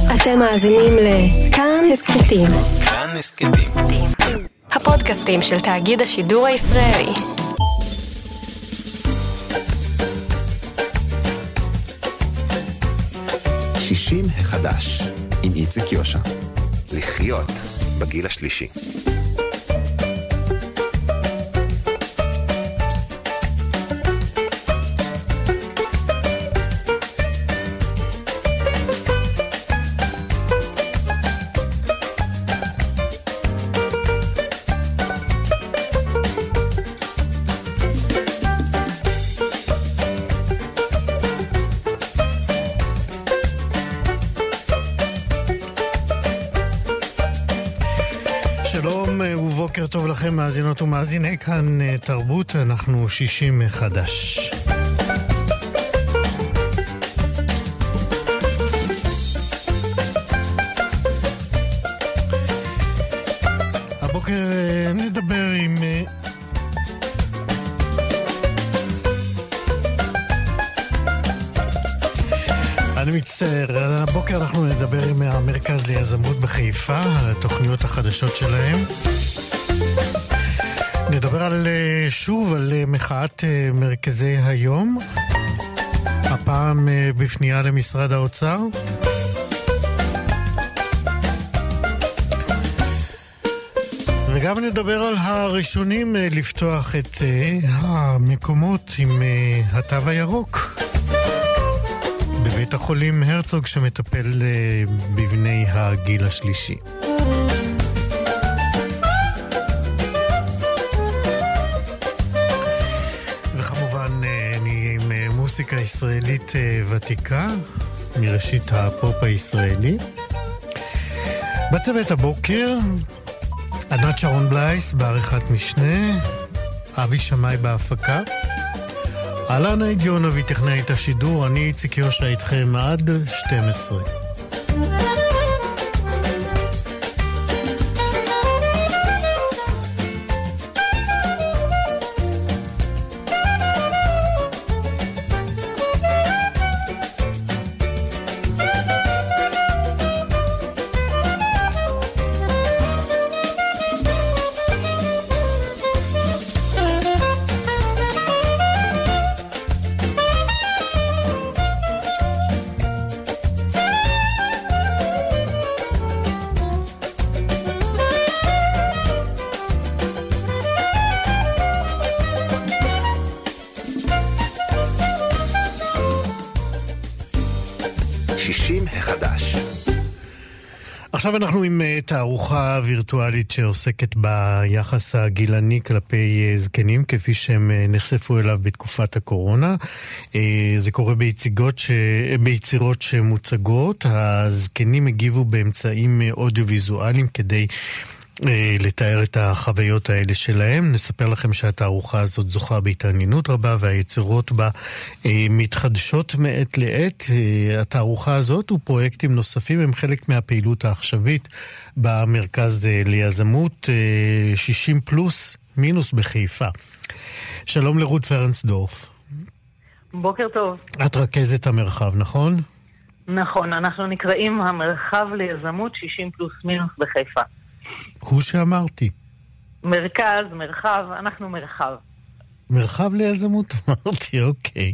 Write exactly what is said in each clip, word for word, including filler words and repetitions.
אתם מאזינים לכאן הסכתים. כאן הסכתים. הפודקאסטים של תאגיד השידור הישראלי. שישים החדש עם איציק יושע. לחיות בגיל השלישי. בוקר טוב לכם מאזינות ומאזיני כאן תרבות, אנחנו שישים חדש. הבוקר נדבר עם אני מצטער, הבוקר אנחנו נדבר עם המרכז ליזמות בחיפה על התוכניות החדשות שלהם. נדבר על, שוב על מחאת מרכזי היום, הפעם בפנייה למשרד האוצר. וגם נדבר על הראשונים לפתוח את המקומות עם התו הירוק בבית החולים הרצוג שמטפל בבני הגיל השלישי. מוזיקה ישראלית ותיקה מראשית הפופ הישראלי. בצוות הבוקר ענת שרון בלייס בעריכת משנה, אבי שמאי בהפקה, אלנה אידיונובי טכנאית השידור, אני איציק יושע איתכם עד שתים עשרה. עכשיו אנחנו עם תערוכה וירטואלית שעוסקת ביחס הגילני כלפי זקנים, כפי שהם נחשפו אליו בתקופת הקורונה. זה קורה ביצירות, ש... ביצירות שמוצגות. הזקנים הגיבו באמצעים אודיו-ויזואליים כדי לתאר את החוויות האלה שלהם. נספר לכם שהתערוכה הזאת זוכה בהתעניינות רבה והיצירות בה מתחדשות מעת לעת. התערוכה הזאת ופרויקטים נוספים הם חלק מהפעילות העכשווית במרכז ליזמות שישים פלוס מינוס בחיפה. שלום לרות פרנסדורף. בוקר טוב. את רכזת המרחב, נכון? נכון, אנחנו נקראים המרחב ליזמות שישים פלוס מינוס בחיפה. הוא שאמרתי. מרכז, מרחב, אנחנו מרחב. מרחב ליזמות אמרתי, אוקיי.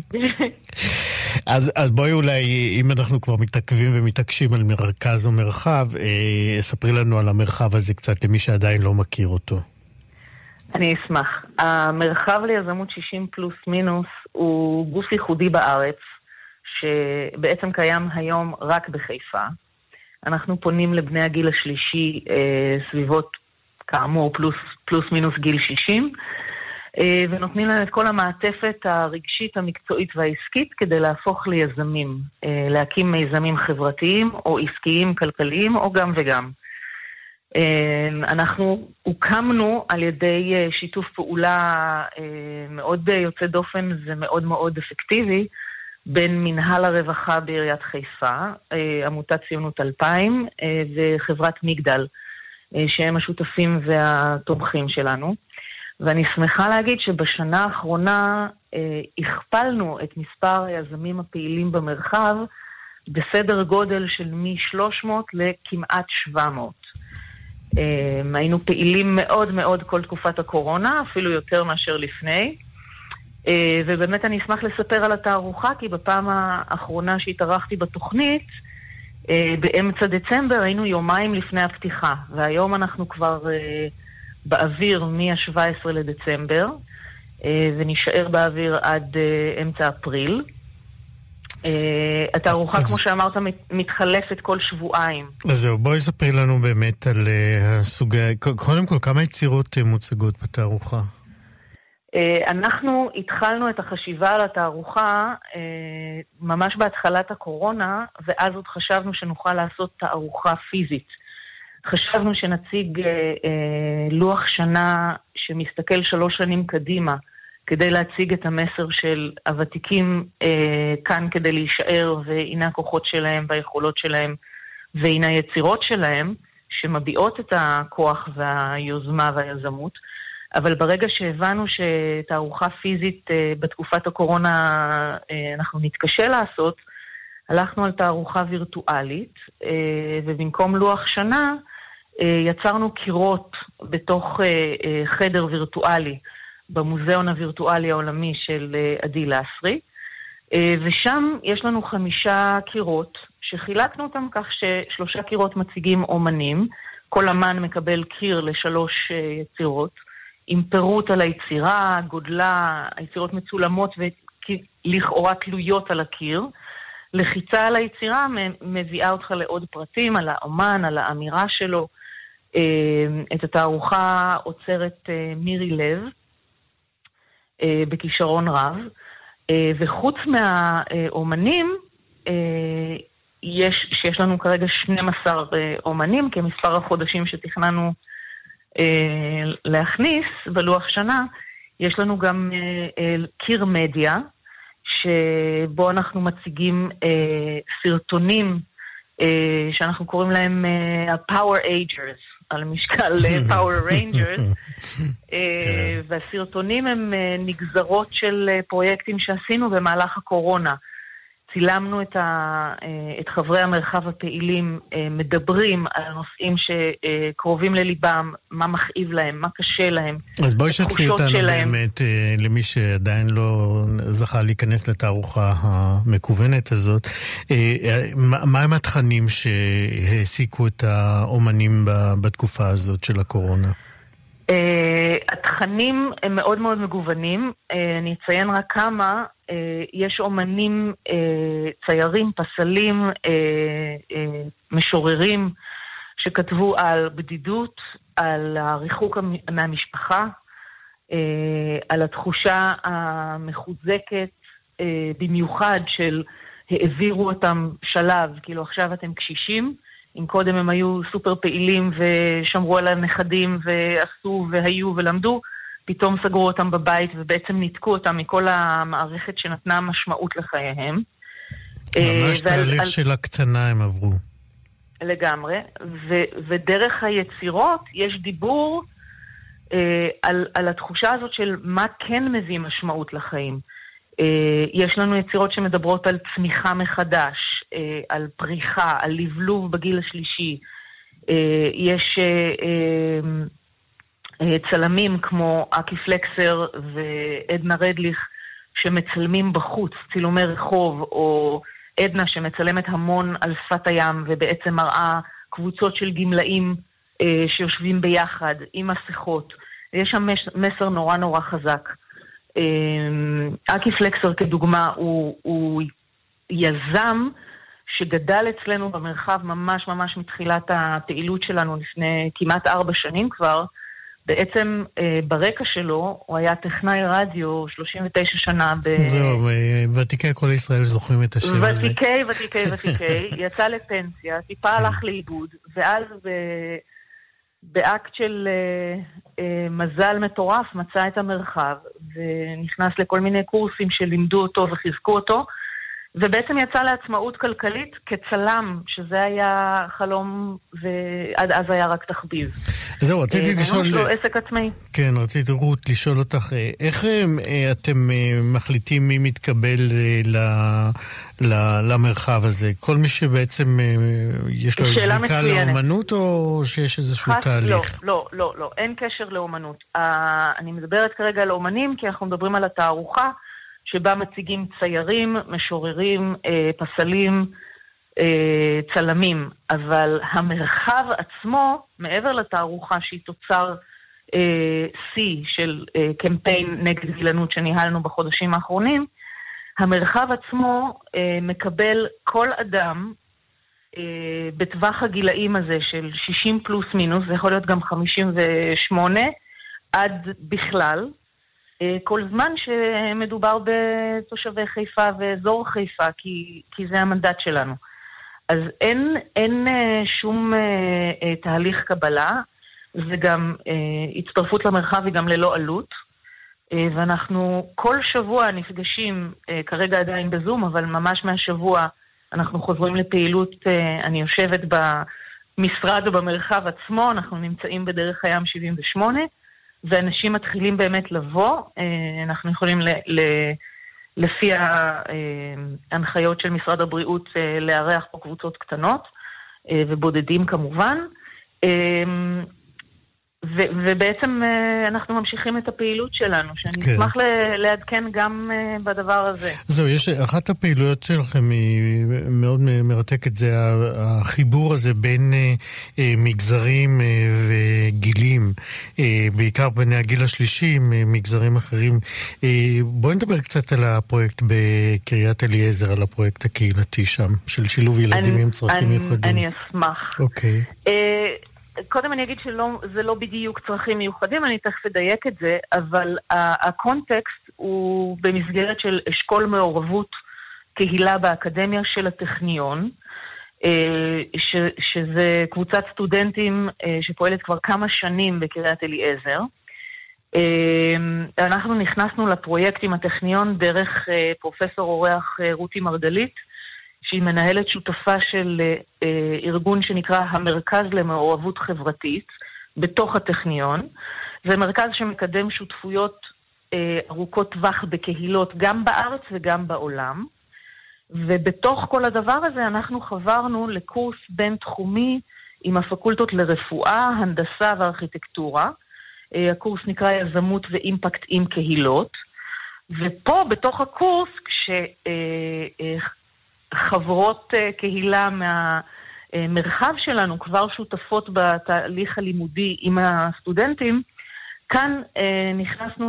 אז, אז בואי אולי, אם אנחנו כבר מתעכבים ומתעקשים על מרכז או מרחב, אה, ספרי לנו על המרחב הזה קצת למי שעדיין לא מכיר אותו. אני אשמח. המרחב ליזמות שישים פלוס מינוס הוא גוף ייחודי בארץ, שבעצם קיים היום רק בחיפה. אנחנו פונים לבני הגיל השלישי אה, סביבות כאמור פלוס, פלוס מינוס גיל שישים, אה, ונותנים להם את כל המעטפת הרגשית, המקצועית והעסקית כדי להפוך ליזמים, אה, להקים מיזמים חברתיים או עסקיים, כלכליים או גם וגם. אה, אנחנו הוקמנו על ידי אה, שיתוף פעולה אה, מאוד יוצא דופן ומאוד מאוד אפקטיבי, בין מנהל הרווחה בעיריית חיפה, עמותת ציונות אלפיים וחברת מגדל, שהם השותפים והתומכים שלנו. ואני שמחה להגיד שבשנה האחרונה הכפלנו את מספר היזמים הפעילים במרחב בסדר גודל של מ-שלוש מאות לכמעט שבע מאות. היינו פעילים מאוד מאוד כל תקופת הקורונה, אפילו יותר מאשר לפני. ובאמת אני אשמח לספר על התערוכה, כי בפעם האחרונה שהתארחתי בתוכנית, באמצע דצמבר היינו יומיים לפני הפתיחה, והיום אנחנו כבר באוויר מה-שבעה עשר לדצמבר, ונשאר באוויר עד אמצע אפריל. התערוכה, כמו שאמרת, מתחלפת כל שבועיים. אז זהו, בואי ספרי לנו באמת על הסוגי... קודם כל, כמה יצירות מוצגות בתערוכה? אנחנו התחלנו את החשיבה על התערוכה ממש בהתחלת הקורונה, ואז עוד חשבנו שנוכל לעשות תערוכה פיזית. חשבנו שנציג לוח שנה שמסתכל שלוש שנים קדימה, כדי להציג את המסר של הוותיקים כאן כדי להישאר, והנה הכוחות שלהם והיכולות שלהם, והנה היצירות שלהם, שמביעות את הכוח והיוזמה והיזמות. אבל ברגע שהבנו שתערוכה פיזית בתקופת הקורונה אנחנו נתקשה לעשות, הלכנו על תערוכה וירטואלית, ובמקום לוח שנה יצרנו קירות בתוך חדר וירטואלי במוזיאון הווירטואלי העולמי של עדי לסרי, ושם יש לנו חמישה קירות שחילקנו אותם כך ששלושה קירות מציגים אומנים, כל אמן מקבל קיר לשלוש יצירות, עם פירוט על היצירה, גודלה, היצירות מצולמות ולכאורה תלויות על הקיר. לחיצה על היצירה מביאה אותך לעוד פרטים, על האומן, על האמירה שלו. את התערוכה עוצרת מירי לב, בכישרון רב. וחוץ מהאומנים, יש, שיש לנו כרגע שנים עשר אומנים, כמספר החודשים שתכננו להכניס בלוח שנה, יש לנו גם קיר מדיה, שבו אנחנו מציגים סרטונים שאנחנו קוראים להם ה-Power Agers, על משקל Power Rangers, והסרטונים הם נגזרות של פרויקטים שעשינו במהלך הקורונה. צילמנו את, ה, את חברי המרחב הפעילים, מדברים על הנושאים שקרובים לליבם, מה מכאיב להם, מה קשה להם. אז בואי שתפי אותנו שלהם. באמת, למי שעדיין לא זכה להיכנס לתערוכה המקוונת הזאת, מה הם התכנים שהעסיקו את האומנים בתקופה הזאת של הקורונה? Uh, התכנים הם מאוד מאוד מגוונים. uh, אני אציין רק כמה. uh, יש אומנים, uh, ציירים, פסלים, uh, uh, משוררים שכתבו על בדידות, על הריחוק מהמשפחה, uh, על התחושה המחוזקת uh, במיוחד של העבירו אותם שלב, כאילו עכשיו אתם קשישים, אם קודם הם היו סופר פעילים ושמרו על הנכדים ועשו והיו ולמדו, פתאום סגרו אותם בבית ובעצם ניתקו אותם מכל המערכת שנתנה משמעות לחייהם. ממש תהליך על... של הקטנה הם עברו. לגמרי. ו... ודרך היצירות יש דיבור אה, על, על התחושה הזאת של מה כן מביא משמעות לחיים. יש לנו יצירות שמדברות על צמיחה מחדש, על פריחה, על לבלוב בגיל השלישי. יש צלמים כמו אקי פלקסר ועדנה רדליך שמצלמים בחוץ, צילומי רחוב, או עדנה שמצלמת המון על שפת הים ובעצם מראה קבוצות של גמלאים שיושבים ביחד עם מסכות. יש שם מסר נורא נורא חזק. אקי פלקסר כדוגמה הוא, הוא יזם שגדל אצלנו במרחב ממש ממש מתחילת הפעילות שלנו לפני כמעט ארבע שנים כבר. בעצם ברקע שלו הוא היה טכנאי רדיו שלושים ותשע שנה ב... זהו, ותיקי כל ישראל זוכרים את השם הזה. ותיקי, ותיקי, ותיקי, יצא לפנסיה, טיפה הלך לאיבוד, ואז ב... באקט של uh, uh, מזל מטורף מצא את המרחב ונכנס לכל מיני קורסים שלימדו אותו וחיזקו אותו, ובעצם יצא לעצמאות כלכלית כצלם, שזה היה חלום ועד אז היה רק תחביב. זהו, רציתי לשאול... זה לא עסק עצמאי. כן, רציתי רות לשאול אותך, איך אתם מחליטים מי מתקבל למרחב הזה? כל מי שבעצם יש לו זיקה לאומנות, או שיש איזשהו תהליך? לא, לא, לא, אין קשר לאומנות. אני מדברת כרגע על אומנים, כי אנחנו מדברים על התערוכה, שבה מציגים ציירים, משוררים, פסלים, צלמים, אבל המרחב עצמו, מעבר לתערוכה שהיא תוצר C של קמפיין נגד גילנות שניהלנו בחודשים האחרונים, המרחב עצמו מקבל כל אדם בטווח הגילאים הזה של שישים פלוס מינוס, זה יכול להיות גם חמישים ושמונה, עד בכלל, כל זמן שמדובר בתושבי חיפה ואזור חיפה, כי, כי זה המנדט שלנו. אז אין, אין שום תהליך קבלה, וגם הצטרפות למרחב היא גם ללא עלות, ואנחנו כל שבוע נפגשים, כרגע עדיין בזום, אבל ממש מהשבוע אנחנו חוזרים לפעילות, אני יושבת במשרד או במרחב עצמו, אנחנו נמצאים בדרך הים שבעים ושמונה, ואנשים מתחילים באמת לבוא, אנחנו יכולים ל... ל לפי ההנחיות של משרד הבריאות לארח פה קבוצות קטנות ובודדים כמובן, ו- ובעצם אנחנו ממשיכים את הפעילות שלנו, שאני כן. אשמח ל- לעדכן גם בדבר הזה. זהו, יש, אחת הפעילויות שלכם היא מאוד מרתקת, זה החיבור הזה בין אה, מגזרים אה, וגילים, אה, בעיקר בני הגיל השלישי, מגזרים אחרים. אה, בואי נדבר קצת על הפרויקט בקריית אליעזר, על הפרויקט הקהילתי שם, של שילוב ילדים אני, עם צרכים אני, מיוחדים. אני אשמח. אוקיי. אה, קודם אני אגיד שזה לא בדיוק צרכים מיוחדים, אני תכף אדייק את זה, אבל הקונטקסט הוא במסגרת של אשכול מעורבות קהילה באקדמיה של הטכניון, ש, שזה קבוצת סטודנטים שפועלת כבר כמה שנים בקריית אליעזר. אנחנו נכנסנו לפרויקט עם הטכניון דרך פרופסור אורח רותי מרגלית, שהיא מנהלת שותפה של אה, ארגון שנקרא המרכז למעורבות חברתית בתוך הטכניון. זה מרכז שמקדם שותפויות אה, ארוכות טווח בקהילות גם בארץ וגם בעולם. ובתוך כל הדבר הזה אנחנו חברנו לקורס בין תחומי עם הפקולטות לרפואה, הנדסה וארכיטקטורה. אה, הקורס נקרא יזמות ואימפקט עם קהילות. ופה בתוך הקורס כש... אה, אה, חברות קהילה מהמרחב שלנו כבר שותפות בתהליך הלימודי עם הסטודנטים, כאן נכנסנו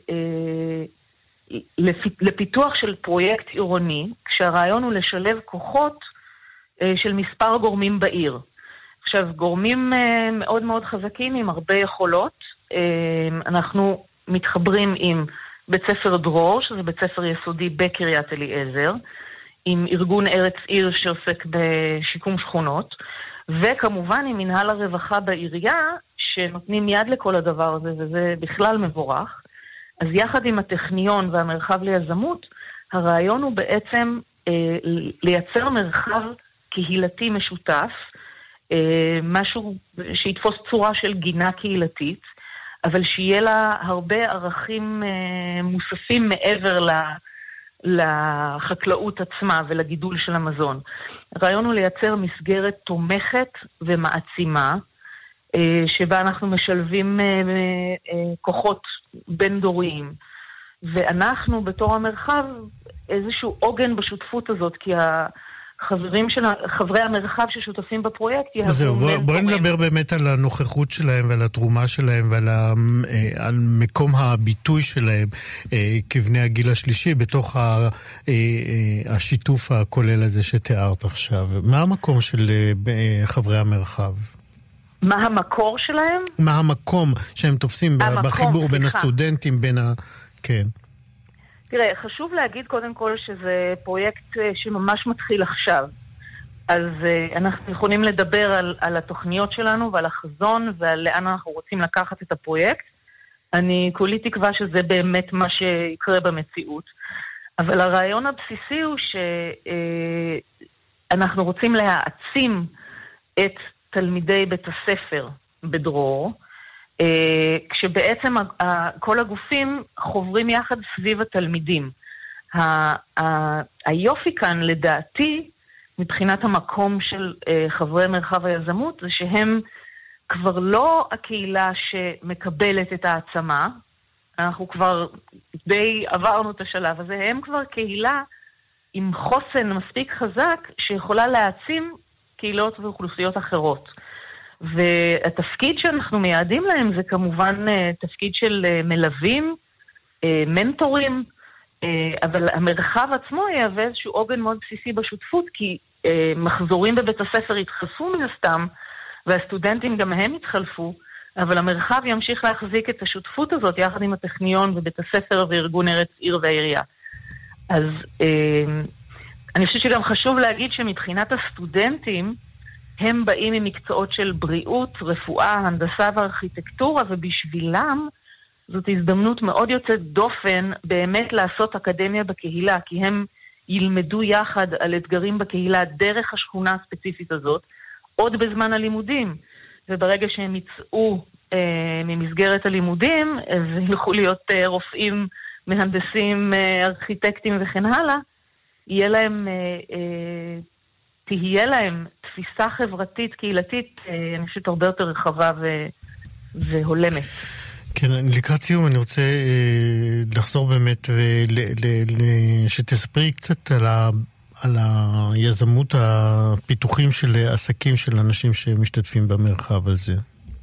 לפיתוח של פרויקט עירוני, כשהרעיון הוא לשלב כוחות של מספר גורמים בעיר. עכשיו, גורמים מאוד מאוד חזקים עם הרבה יכולות, אנחנו מתחברים עם בית ספר דרור, שזה בית ספר יסודי בקריית אליעזר, עם ארגון ארץ עיר שעוסק בשיקום שכונות, וכמובן עם מנהל הרווחה בעירייה, שנותנים יד לכל הדבר הזה, וזה בכלל מבורך. אז יחד עם הטכניון והמרחב ליזמות, הרעיון הוא בעצם אה, לייצר מרחב קהילתי משותף, אה, משהו שיתפוס צורה של גינה קהילתית, אבל שיהיה לה הרבה ערכים אה, מוספים מעבר ל... לחקלאות עצמה ולגידול של המזון. הרעיון הוא לייצר מסגרת תומכת ומעצימה, שבה אנחנו משלבים כוחות בין דוריים. ואנחנו בתור המרחב איזשהו עוגן בשותפות הזאת, כי החברים של, חברי המרחב ששותפים בפרויקט יהוו זהו, בוא, בואי נדבר באמת על הנוכחות שלהם ועל התרומה שלהם ועל ה, על מקום הביטוי שלהם כבני הגיל השלישי בתוך ה, השיתוף הכולל הזה שתיארת עכשיו. מה המקום של חברי המרחב? מה המקור שלהם? מה המקום שהם תופסים המקום, בחיבור סליחה. בין הסטודנטים, בין ה... כן. תראה, חשוב להגיד קודם כל שזה פרויקט שממש מתחיל עכשיו. אז אנחנו יכולים לדבר על, על התוכניות שלנו ועל החזון ועל לאן אנחנו רוצים לקחת את הפרויקט. אני כולי תקווה שזה באמת מה שיקרה במציאות. אבל הרעיון הבסיסי הוא שאנחנו רוצים להעצים את תלמידי בית הספר בדרור, כשבעצם כל הגופים חוברים יחד סביב התלמידים. היופי כאן לדעתי, מבחינת המקום של חברי מרחב היזמות, זה שהם כבר לא הקהילה שמקבלת את העצמה, אנחנו כבר די עברנו את השלב הזה, הם כבר קהילה עם חוסן מספיק חזק שיכולה להעצים קהילות ואוכלוסיות אחרות. והתפקיד שאנחנו מייעדים להם זה כמובן תפקיד של מלווים, מנטורים, אבל המרחב עצמו יהווה איזשהו עוגן מאוד בסיסי בשותפות, כי מחזורים בבית הספר יתחלפו מן הסתם, והסטודנטים גם הם יתחלפו, אבל המרחב ימשיך להחזיק את השותפות הזאת יחד עם הטכניון ובית הספר וארגון ארץ עיר והעירייה. אז אני חושבת שגם חשוב להגיד שמבחינת הסטודנטים, הם באים ממקצועות של בריאות, רפואה, הנדסה וארכיטקטורה, ובשבילם זאת הזדמנות מאוד יוצאת דופן באמת לעשות אקדמיה בקהילה, כי הם ילמדו יחד על אתגרים בקהילה דרך השכונה הספציפית הזאת, עוד בזמן הלימודים. וברגע שהם יצאו אה, ממסגרת הלימודים, אז ילכו להיות אה, רופאים, מהנדסים, אה, ארכיטקטים וכן הלאה, יהיה להם, אה, אה, תהיה להם תפיסה חברתית, קהילתית, אה, אני חושבת הרבה יותר רחבה ו, והולמת. כן, לקראת סיום אני רוצה אה, לחזור באמת ושתספרי קצת על ה... על היזמות הפיתוחים של עסקים של אנשים שמשתתפים במרחב הזה.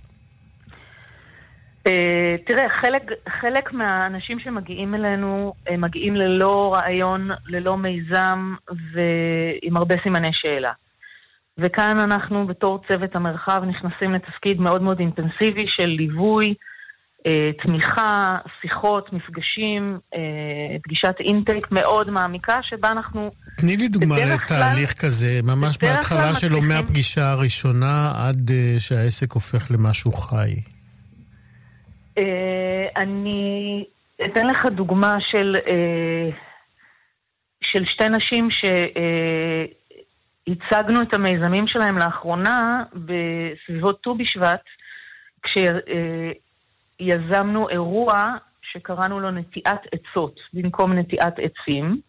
תראה, חלק, חלק מהאנשים שמגיעים אלינו מגיעים ללא רעיון, ללא מיזם ועם הרבה סימני שאלה. וכאן אנחנו בתור צוות המרחב נכנסים לתפקיד מאוד מאוד אינטנסיבי של ליווי, תמיכה, שיחות, מפגשים, פגישת אינטייק מאוד מעמיקה, שבה אנחנו... תני לי דוגמה לתהליך כזה, ממש בהתחלה שלו מהפגישה הראשונה עד שהעסק הופך למשהו חי. אני אתן לך דוגמה של, של שתי נשים שהצגנו את המיזמים שלהם לאחרונה בסביבות ט"ו בשבט, כש... יזמנו אירוע שקראנו לו נטיעת עצות, במקום נטיעת עצים,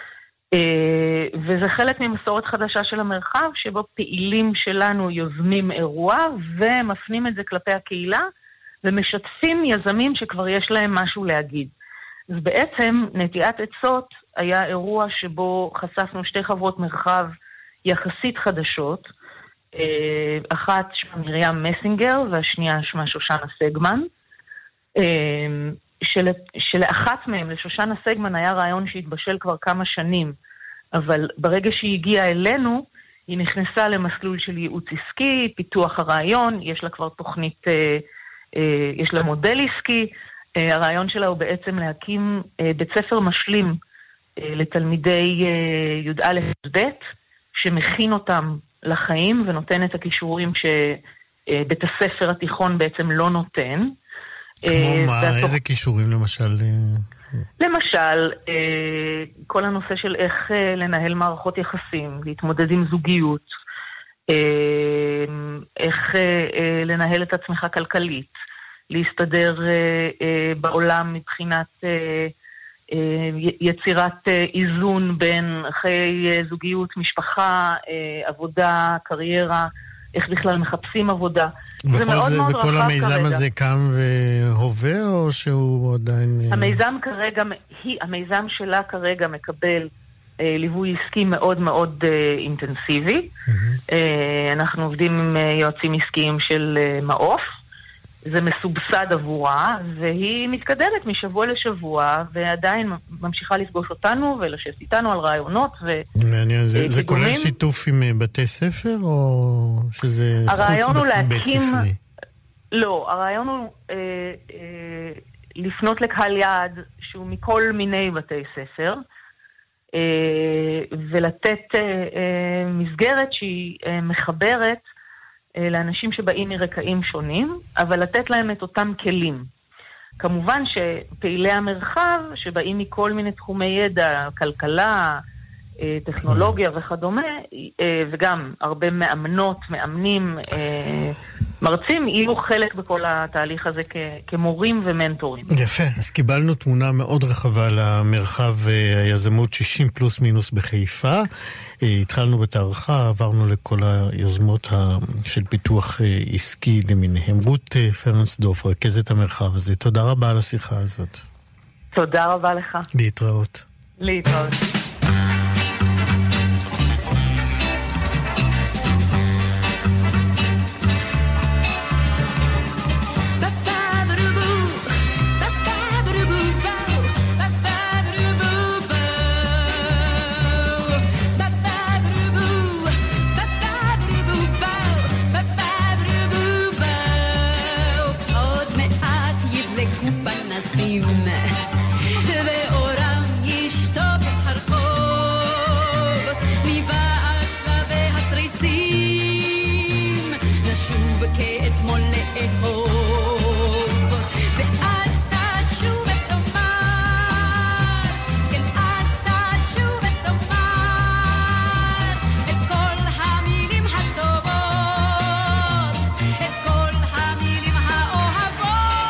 וזה חלק ממסורת חדשה של המרחב, שבו פעילים שלנו יוזמים אירוע, ומפנים את זה כלפי הקהילה, ומשתפים יזמים שכבר יש להם משהו להגיד. אז בעצם נטיעת עצות היה אירוע שבו חשפנו שתי חברות מרחב יחסית חדשות, אחת שמה מרים מסינגר, והשנייה שמה שושנה סגמן, של, שלאחת מהם, לשושנה סגמן, היה רעיון שהתבשל כבר כמה שנים, אבל ברגע שהיא הגיעה אלינו, היא נכנסה למסלול של ייעוץ עסקי, פיתוח הרעיון, יש לה כבר תוכנית, יש לה מודל עסקי, הרעיון שלה הוא בעצם להקים בית ספר משלים לתלמידי י"א י"ב, שמכין אותם לחיים ונותן את הכישורים שבית הספר התיכון בעצם לא נותן. כמו מה? איזה כישורים למשל? למשל, כל הנושא של איך לנהל מערכות יחסים, להתמודד עם זוגיות, איך לנהל את עצמך כלכלית, להסתדר בעולם מבחינת יצירת איזון בין חיי זוגיות, משפחה, עבודה, קריירה, איך בכלל מחפשים עבודה. זה מאוד מאוד רחב כרגע. וכל המיזם הזה קם והווה, או שהוא עדיין... המיזם כרגע, המיזם שלה כרגע מקבל ליווי עסקי מאוד מאוד אינטנסיבי. אנחנו עובדים עם יועצים עסקיים של מעוף. זה מסובסד עבורה, והיא מתקדמת משבוע לשבוע, ועדיין ממשיכה לפגוש אותנו ולשבת איתנו על רעיונות וקידומים. זה, זה כולל שיתוף עם בתי ספר, או שזה חוץ בית ספרי? לא, הרעיון הוא אה, אה, לפנות לקהל יעד שהוא מכל מיני בתי ספר, אה, ולתת אה, אה, מסגרת שהיא אה, מחברת, לאנשים שבאים מרקעים שונים, אבל לתת להם את אותם כלים. כמובן שפעילי המרחב, שבאים מכל מיני תחומי ידע, כלכלה, טכנולוגיה וכדומה, וגם הרבה מאמנות, מאמנים, מרצים יהיו חלק בכל התהליך הזה כ- כמורים ומנטורים. יפה, אז קיבלנו תמונה מאוד רחבה למרחב היזמות שישים פלוס מינוס בחיפה. התחלנו בתערכה, עברנו לכל היוזמות של פיתוח עסקי למיניהם. רות פרנסדורף, רכזת המרחב הזה, תודה רבה על השיחה הזאת. תודה רבה לך. להתראות. להתראות. ואורם ישטוף את הרחוב מבעד שלבי התריסים נשוב כאתמול לאהוב ואז תשוב ותאמר כן אז תשוב ותאמר את כל המילים הטובות את כל המילים האוהבות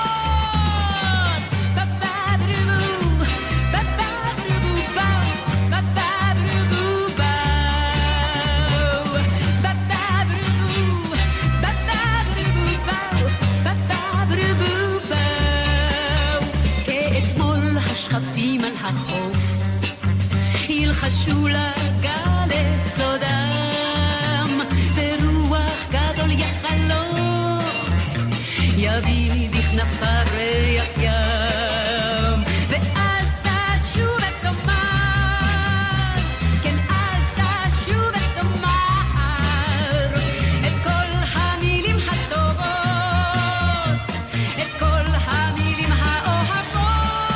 חפים על החוף ילחשו לגל את סודם ורוח גדול יחלוף יביא בכנפיו ריח ים ואז תשוב ותאמר כן אז תשוב ותאמר את כל המילים הטובות את כל המילים האוהבות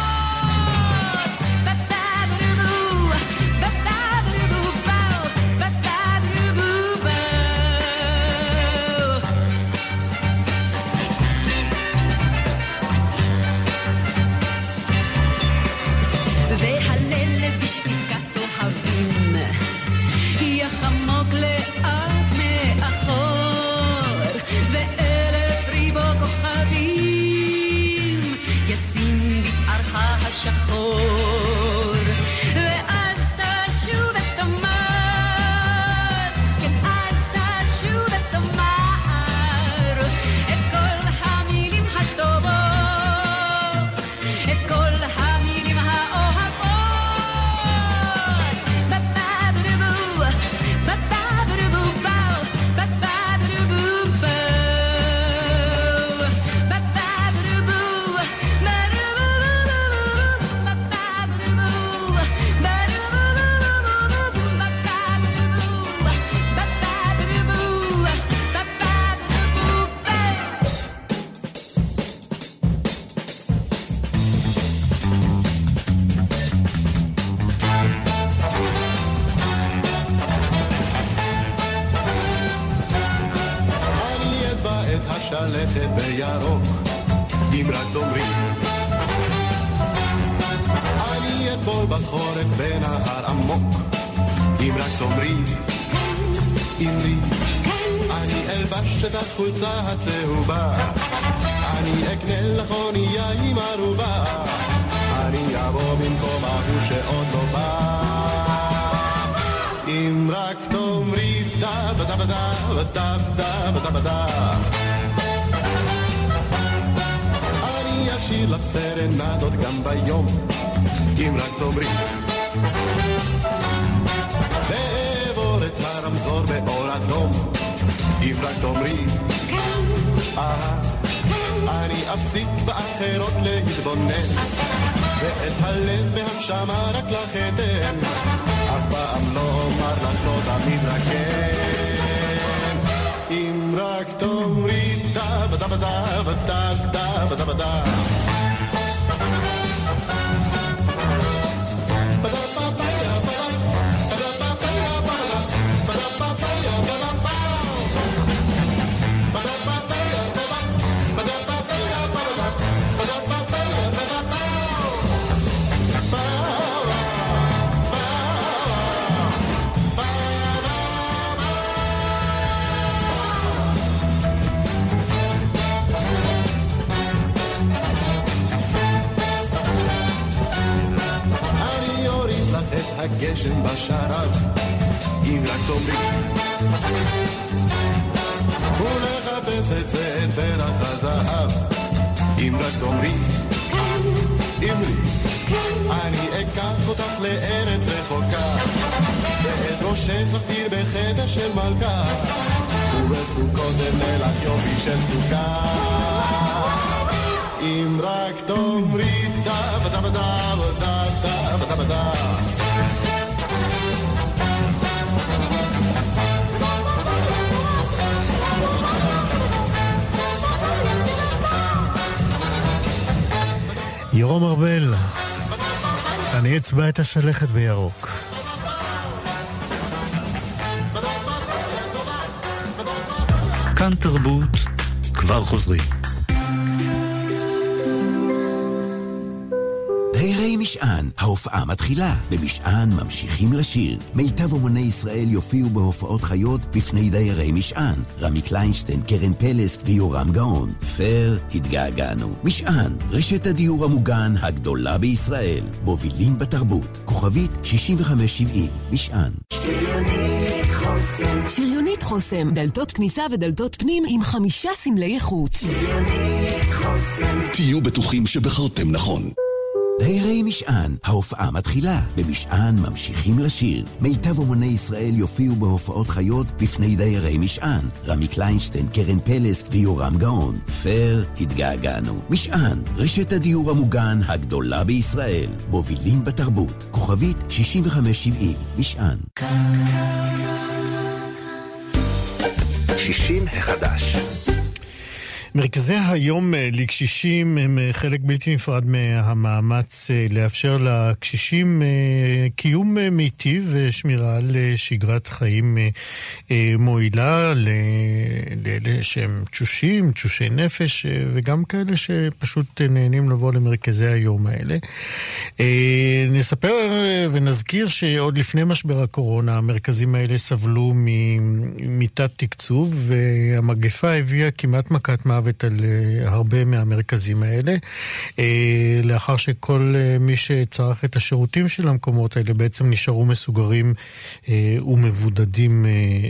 שחור ואז תשוב ותאמר כן אז תשוב ותאמר את כל המילים הטובות את כל המילים האוהבות בבברבו בבברבו באו בבברבו באו בבברבו שלכת בירוק אם רק תאמרי אני אתבול בחורף בנהר עמוק אם רק תאמרי אמרי אני אלבש את החולצה הצהובה אני אקנה לך אונייה עם ערובה אני אבוא במקום ההוא שעוד לא בא אם רק תאמרי דה בדה בדה בדה בדה בדה בדה אני אשאיר לך סרנדות גם ביום אם רק תאמרי ועבור את הרמזור באור אדום אם רק תאמרי אני אפסיק באחרות להתבונן ואת הלב והנשמה רק לך אתן אף פעם לא אומר לך לא תמיד רק כן אם רק תאמרי דה בדה בדה בדה בדה בדה בדה גשם בשרב, אם רק תאמרי ולחפש את זה את פרח הזהב, אם רק תאמרי אמרי, אני אקח אותך לארץ רחוקה, ואת ראשך אכתיר בחדר של מלכה, ובסוכות אבנה לך יופי של סוכה. אם רק תאמרי דה בדה בדה בדה בדה בדה בדה. ירום ארבל, אני אצבע את השלכת בירוק. כאן תרבות, כבר חוזרים. דיירי משען, ההופעה מתחילה. במשען ממשיכים לשיר. מיטב אומני ישראל יופיעו בהופעות חיות בפני דיירי משען. רמי קליינשטיין, קרן פלס ויורם גאון. פר, התגעגענו. משען, רשת הדיור המוגן הגדולה בישראל. מובילים בתרבות. כוכבית שישים וחמש שבעים. משען. שריונית חוסם. שריונית חוסם, דלתות כניסה ודלתות פנים עם חמישה סמלי איכות. שריונית חוסם. תהיו בטוחים שבחרתם נכון. דיירי משען, ההופעה מתחילה. במשען ממשיכים לשיר. מיטב אומני ישראל יופיעו בהופעות חיות בפני דיירי משען. רמי קליינשטיין, קרן פלס ויורם גאון. פר, התגעגענו. משען, רשת הדיור המוגן הגדולה בישראל. מובילים בתרבות. כוכבית שישים וחמש שבעים. משען. שישים החדש. מרכזי היום לקשישים הם חלק בלתי נפרד מהמאמץ לאפשר לקשישים קיום מיטיב ושמירה על שגרת חיים מועילה לאלה שהם תשושים, תשושי נפש וגם כאלה שפשוט נהנים לבוא למרכזי היום האלה. נספר ונזכיר שעוד לפני משבר הקורונה המרכזים האלה סבלו מתת תקצוב, והמגפה הביאה כמעט מכת מוות על הרבה מהמרכזים האלה, לאחר שכל מי שצרך את השירותים של המקומות האלה בעצם נשארו מסוגרים ומבודדים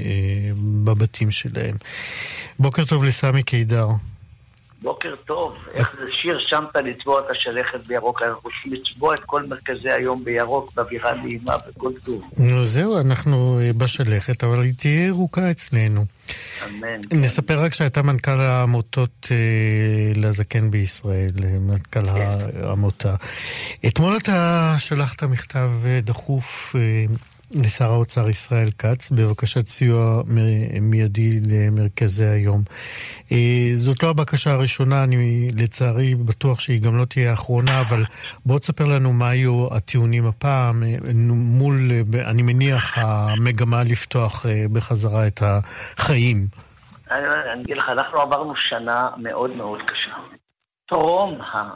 בבתים שלהם. בוקר טוב לסמי קידר. בוקר טוב, איך זה שיר שמת לצבוע את השלכת בירוק, אנחנו רוצים לצבוע את כל מרכזי היום בירוק, באווירה נעימה וכל טוב. נו זהו, אנחנו בשלכת, אבל היא תהיה ירוקה אצלנו. אמן. נספר רק שאתה מנכ"ל העמותות לזקן בישראל, מנכ"ל העמותה. אתמול אתה שלחת מכתב דחוף לשר האוצר ישראל כץ, בבקשת סיוע מיידי למרכזי היום. זאת לא הבקשה הראשונה, אני לצערי בטוח שהיא גם לא תהיה האחרונה, אבל בוא תספר לנו מה היו הטיעונים הפעם, מול, אני מניח, המגמה לפתוח בחזרה את החיים. אני אגיד לך, אנחנו עברנו שנה מאוד מאוד קשה. טרום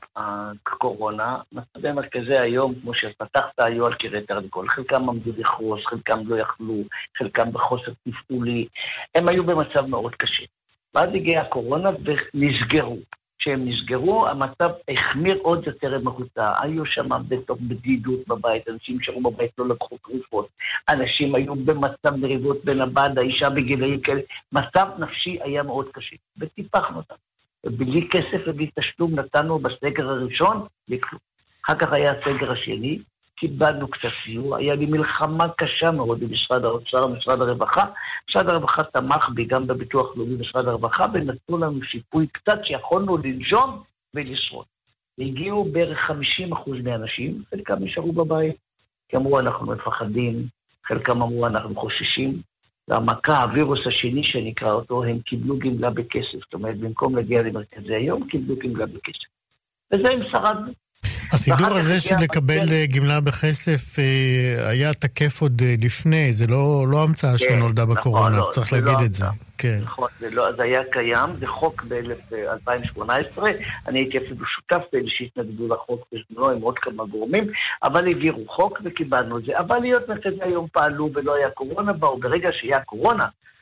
הקורונה, מצבי מרכזי היום, כמו שפתחת, היו על קירי תרנגול. חלקם עמדו לחרוס, חלקם לא יכלו, חלקם בחוסר תפעולי. הם היו במצב מאוד קשה. ואז הגיעה הקורונה ונסגרו. כשהם נסגרו, המצב החמיר עוד יותר מחוצה. היו שם בתוך בדידות בבית, אנשים שרו בבית לא לקחו תרופות. אנשים היו במצב מריבות בין הבעל, האישה בגילאים כאלה. מצב נפשי היה מאוד קשה. וטיפחנו אותם. בלי כסף ובלי תשלום נתנו בסגר הראשון, לכלום. אחר כך היה הסגר השני, קיבלנו קצת סיוע, היה לי מלחמה קשה מאוד במשרד האוצר, במשרד הרווחה. משרד הרווחה תמך בי גם בביטוח לאומי במשרד הרווחה, ונתנו לנו שיפוי קצת שיכולנו לנשום ולשרוד. הגיעו בערך חמישים אחוז מהאנשים, חלקם נשארו בבית, כי אמרו אנחנו מפחדים, חלקם אמרו אנחנו חוששים, והמכה, הווירוס השני שנקרא אותו, הם קיבלו גמלה בכסף. זאת אומרת, במקום להגיע למרכזי היום, קיבלו גמלה בכסף. וזה הם שרדנו. הסידור הזה של לקבל גמלה בכסף היה תקף עוד לפני, זה לא המצאה שנולדה בקורונה, צריך להגיד את זה. נכון, זה היה קיים, זה חוק ב-אלפיים שמונה עשרה, אני הייתי אפילו שותף באלה שהתנגדו לחוק בזמנו עם עוד כמה גורמים, אבל העבירו חוק וקיבלנו את זה. אבל להיות מרכזי היום פעלו ולא היה קורונה, באו ברגע שהיה קורונה,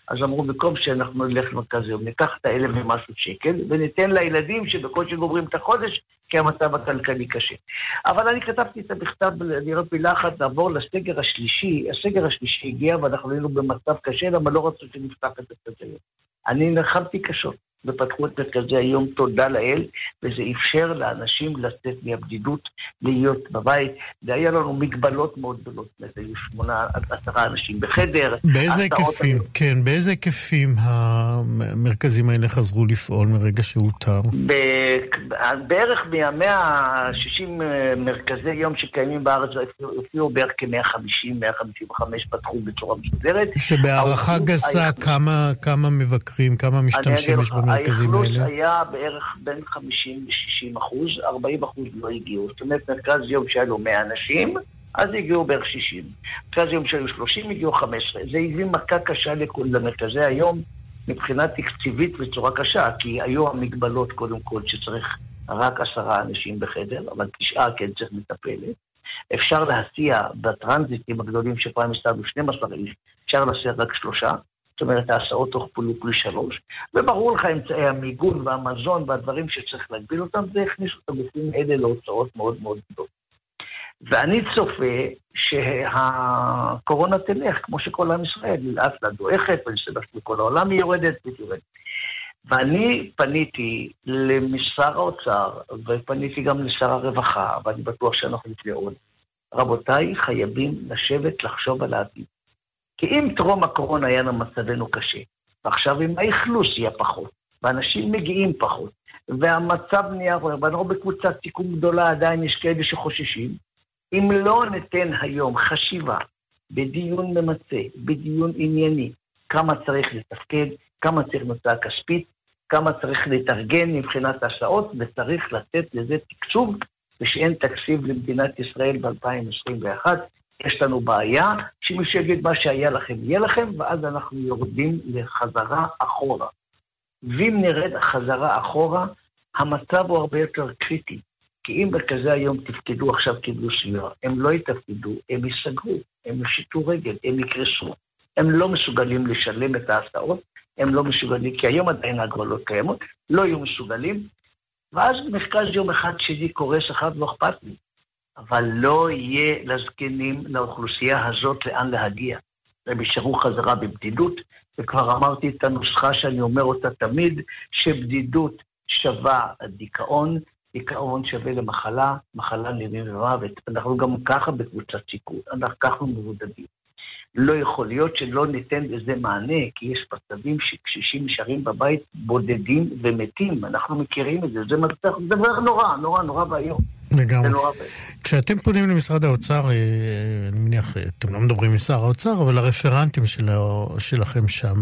אז אמרו, במקום שאנחנו נלך למרכז יום, ניקח את האלף ומשהו שקל, וניתן לילדים שבקושי גומרים את החודש, כי המצב הכלכלי קשה. אבל אני כתבתי את המכתב, לראות מילה אחת, נעבור לסגר השלישי. הסגר השלישי הגיע, ואנחנו היינו במצב קשה, למה לא רצו שנפתח את הסגר. אני נלחמתי קשות, ופתחו את מרכזי היום, תודה לאל, וזה אפשר לאנשים לצאת מהבדידות, להיות בבית, והיה לנו מגבלות מאוד גדולות, היו שמונה עד עשרה אנשים בחדר. באיזה היקפים, היו... כן, באיזה היקפים המרכזים האלה חזרו לפעול מרגע שהותר? ב... בערך מ-מאה ושישים מרכזי יום שקיימים בארץ, הופיעו בערך כ-מאה וחמישים, מאה וחמישים וחמש פתחו בצורה מסודרת. שבהערכה גסה, היה... כמה, כמה מבקרים, כמה משתמשים יש במרכזים? האכלוס היה בערך בין חמישים ל-שישים אחוז, ארבעים אחוז לא הגיעו. זאת אומרת, מרכז יום שהיה לו מאה אנשים, אז הגיעו בערך שישים. מרכז יום שהיו שלושים, הגיעו חמש עשרה. זה הביא מכה קשה למרכזי היום, מבחינה תקציבית בצורה קשה, כי היו המגבלות קודם כל שצריך רק עשרה אנשים בחדר, אבל תשעה כן צריך מטפלת. אפשר להסיע בטרנזיטים הגדולים שפעם הסתדו שנים עשר איש, אפשר להסיע רק שלושה. זאת אומרת, ההסעות הוכפלו פי שלוש, וברור לך אמצעי המיגון והמזון והדברים שצריך להגביל אותם, זה הכניסו את הגופים האלה להוצאות מאוד מאוד גדולות. ואני צופה שהקורונה תלך, כמו שכל עם ישראל, לאט לאט דועכת, ולסדר שכל העולם היא יורדת ותירד. ואני פניתי לשר האוצר, ופניתי גם לשר הרווחה, ואני בטוח שאנחנו נפנה עוד. רבותיי, חייבים לשבת לחשוב על העתיד. כי אם טרום הקורונה היה מצבנו קשה, ועכשיו עם האכלוס יהיה פחות, ואנשים מגיעים פחות, והמצב נהיה, ואנחנו בקבוצת סיכום גדולה עדיין יש כאלה שחוששים, אם לא ניתן היום חשיבה, בדיון ממצא, בדיון ענייני, כמה צריך לתפקד, כמה צריך נוצאה כספית, כמה צריך להתארגן מבחינת הסעות, וצריך לתת לזה תקצוב, ושאין תקציב למדינת ישראל ב-אלפיים עשרים ואחת, יש לנו בעיה, שמי שיגיד מה שהיה לכם, יהיה לכם, ואז אנחנו יורדים לחזרה אחורה. ואם נרד חזרה אחורה, המצב הוא הרבה יותר קריטי. כי אם מרכזי היום תפקדו עכשיו קיבלו סיוע, הם לא יתפקדו, הם ייסגרו, הם ישיטו רגל, הם יקרסו. הם לא מסוגלים לשלם את ההסעות, הם לא מסוגלים, כי היום עדיין הגבלות קיימות, לא יהיו מסוגלים, ואז מרכז יום אחד שלי קורס אחד לא אכפת לי. אבל לא יהיה לזקנים, לאוכלוסייה הזאת לאן להגיע. הם יישארו חזרה בבדידות, וכבר אמרתי את הנוסחה שאני אומר אותה תמיד, שבדידות שווה דיכאון, דיכאון שווה למחלה, מחלה נראים ומוות. אנחנו גם ככה בקבוצת סיכון, אנחנו ככה מבודדים. לא יכול להיות שלא ניתן לזה מענה, כי יש מצבים שקשישים נשארים בבית בודדים ומתים. אנחנו מכירים את זה, זה דבר נורא, נורא, נורא והיום. לגמרי. כשאתם פונים למשרד האוצר, אני מניח, אתם לא מדברים עם שר האוצר, אבל הרפרנטים של, שלכם שם,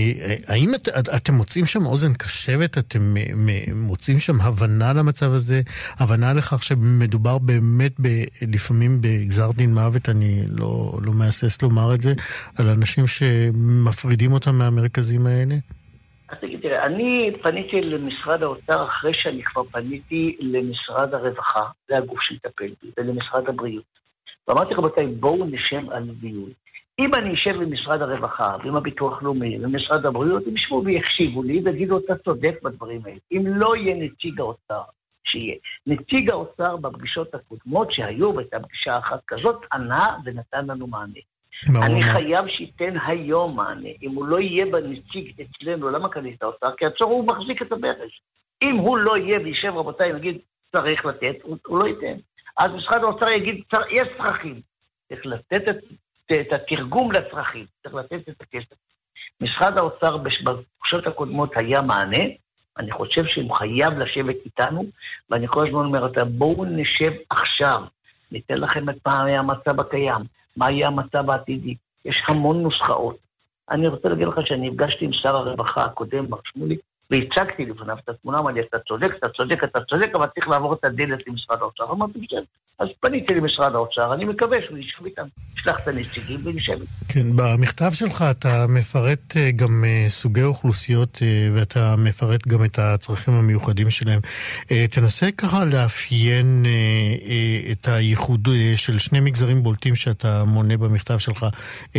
האם את, אתם מוצאים שם אוזן קשבת? אתם מוצאים שם הבנה למצב הזה? הבנה לכך שמדובר באמת ב, לפעמים בגזר דין מוות, אני לא, לא מאסס לומר את זה, על אנשים שמפרידים אותם מהמרכזים האלה? אז תראה, אני פניתי למשרד האוצר אחרי שאני כבר פניתי למשרד הרווחה, זה הגוף שמטפל בי, ולמשרד הבריאות. ואמרתי רבותיי, בואו נשב על דיון. אם אני אשב במשרד הרווחה, ועם הביטוח לאומי, ומשרד הבריאות, הם ישבו ויקשיבו לי, ויגידו, אתה צודק בדברים האלה. אם לא יהיה נציג האוצר, שיהיה. נציג האוצר בפגישות הקודמות שהיו, והייתה פגישה אחת כזאת, ענה ונתן לנו מענה. אני חייב שייתן היום מענה. אם הוא לא יהיה בנציג אצלנו, למה כאן את האוצר? כי הצור הוא מחזיק את הברש. אם הוא לא יהיה וישב רבותיי, נגיד, צריך לתת, הוא, הוא לא ייתן. אז משרד האוצר יגיד, יש צרכים. צריך לתת את, את התרגום לצרכים. צריך לתת את הכסף. משרד האוצר בפגישות הקודמות היה מענה. אני חושב שהוא חייב לשבת איתנו, ואני כל הזמן אומר, בואו נשב עכשיו. ניתן לכם את מה היה המצב הקיים. מה יהיה המצב העתידי? יש המון נוסחאות. אני רוצה להגיד לך שאני נפגשתי עם שר הרווחה הקודם, מר שמולי, והצגתי לפניו את התמונה, אמרתי, אתה צודק, אתה צודק, אתה צודק, אבל צריך לעבור את הדלת למשרד האוצר. אמרתי, בסדר. אז פניתי למשרד האוצר, אני מקווה שהוא ישב איתם, שלח את הנציגים ונשב איתם. כן, במכתב שלך אתה מפרט גם סוגי אוכלוסיות, ואתה מפרט גם את הצרכים המיוחדים שלהם. תנסה ככה לאפיין את הייחוד של שני מגזרים בולטים שאתה מונה במכתב שלך,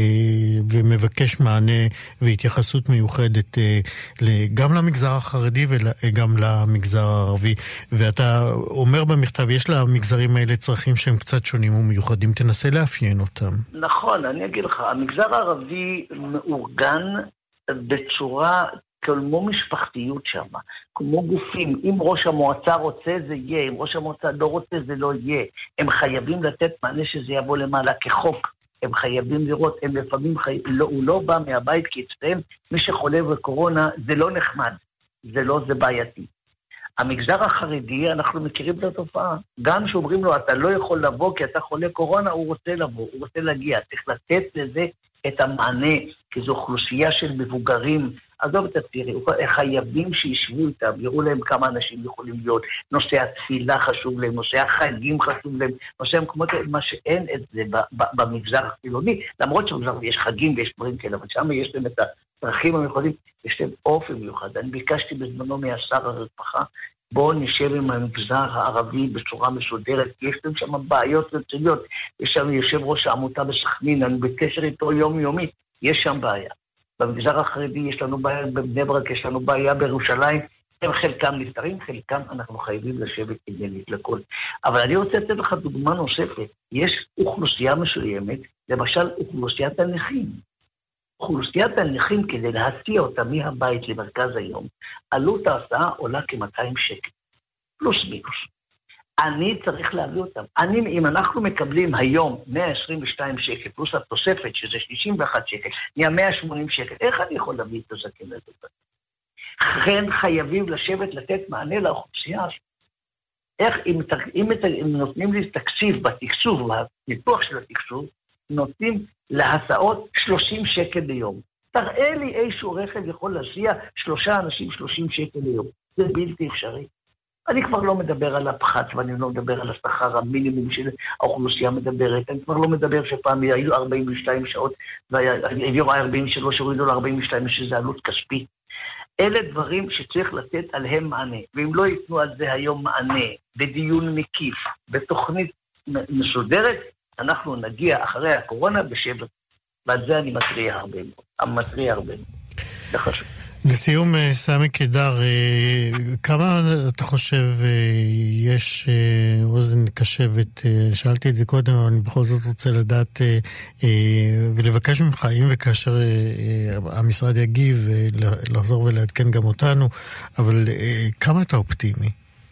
ומבקש מענה והתייחסות מיוחדת גם למגזר החרדי וגם למגזר הערבי. ואתה אומר במכתב, יש למגזרים האלה צרכים שהם קצת שונים ומיוחדים, תנסה לאפיין אותם. נכון, אני אגיד לך, המגזר הערבי מאורגן בצורה כמו משפחתיות שם, כמו גופים. אם ראש המועצה רוצה זה יהיה, אם ראש המועצה לא רוצה זה לא יהיה. הם חייבים לתת מענה שזה יבוא למעלה כחוק. הם חייבים לראות, הם לפעמים חי... לא, הוא לא בא מהבית כי אצלם מי שחולה בקורונה זה לא נחמד, זה לא, זה בעייתי. המגזר החרדי, אנחנו מכירים את התופעה. גם שאומרים לו, אתה לא יכול לבוא כי אתה חולה קורונה, הוא רוצה לבוא, הוא רוצה להגיע. צריך לתת לזה את המענה, כי זו אוכלוסייה של מבוגרים. עזוב את הצעירים, חייבים שישבו איתם, יראו להם כמה אנשים יכולים להיות. נושא התפילה חשוב להם, נושא החגים חשוב להם, נושא המקומות, מה שאין את זה במגזר החילוני, למרות שבמגזר יש חגים ויש דברים כאלה, אבל שם יש להם את הצרכים המיוחדים, יש להם אופן מיוחד. אני ביקשתי בזמנו מהשר הרווחה, בואו נשב עם המגזר הערבי בצורה מסודרת, כי יש להם שם בעיות רציניות, יש שם יושב ראש העמותה בסכנין, אני בקשר איתו יום-יומי, יש שם בעיה. במגזר החרדי יש לנו בעיה, בבני ברק יש לנו בעיה בירושלים, הם חלקם נפטרים, חלקם אנחנו חייבים לשבת עניינית לכל. אבל אני רוצה לתת לך דוגמה נוספת, יש אוכלוסייה מסוימת, למשל אוכלוסיית הנכים. אוכלוסיית הנכים כדי להסיע אותה מהבית למרכז היום, עלות ההסעה עולה כ-מאתיים שקל, פלוס מינוס. אני צריך להביא אותם. אני, אם אנחנו מקבלים היום מאה עשרים ושתיים שקל, פלוס התוספת, שזה שישים ואחת שקל, נהיה מאה ושמונים שקל, איך אני יכול להביא את הזקן הזה? לכן חייבים לשבת לתת מענה לאוכלוסייה הזאת. איך, אם, אם, אם נותנים לי תקציב בתקצוב, בניתוח של התקצוב, נותנים להסעות שלושים שקל ביום. תראה לי איזשהו רכב יכול להסיע שלושה אנשים שלושים שקל ביום. זה בלתי אפשרי. אני כבר לא מדבר על הפחת, ואני לא מדבר על השכר המינימום של האוכלוסייה מדברת. אני כבר לא מדבר שפעם היו ארבעים ושתיים שעות, והיום ארבעים ושלוש הורידו ל-ארבעים ושתיים, שזה עלות כספית. אלה דברים שצריך לתת עליהם מענה. ואם לא ייתנו על זה היום מענה, בדיון מקיף, בתוכנית מסודרת, אנחנו נגיע אחרי הקורונה בשבע. ועל זה אני מטריע הרבה מאוד. מטריע הרבה מאוד. זה חשוב. לסיום, סמי קדר, כמה אתה חושב יש אוזן קשבת, שאלתי את זה קודם, אבל אני בכל זאת רוצה לדעת ולבקש ממך, אם וכאשר המשרד יגיב, לחזור ולעדכן גם אותנו, אבל כמה אתה אופטימי?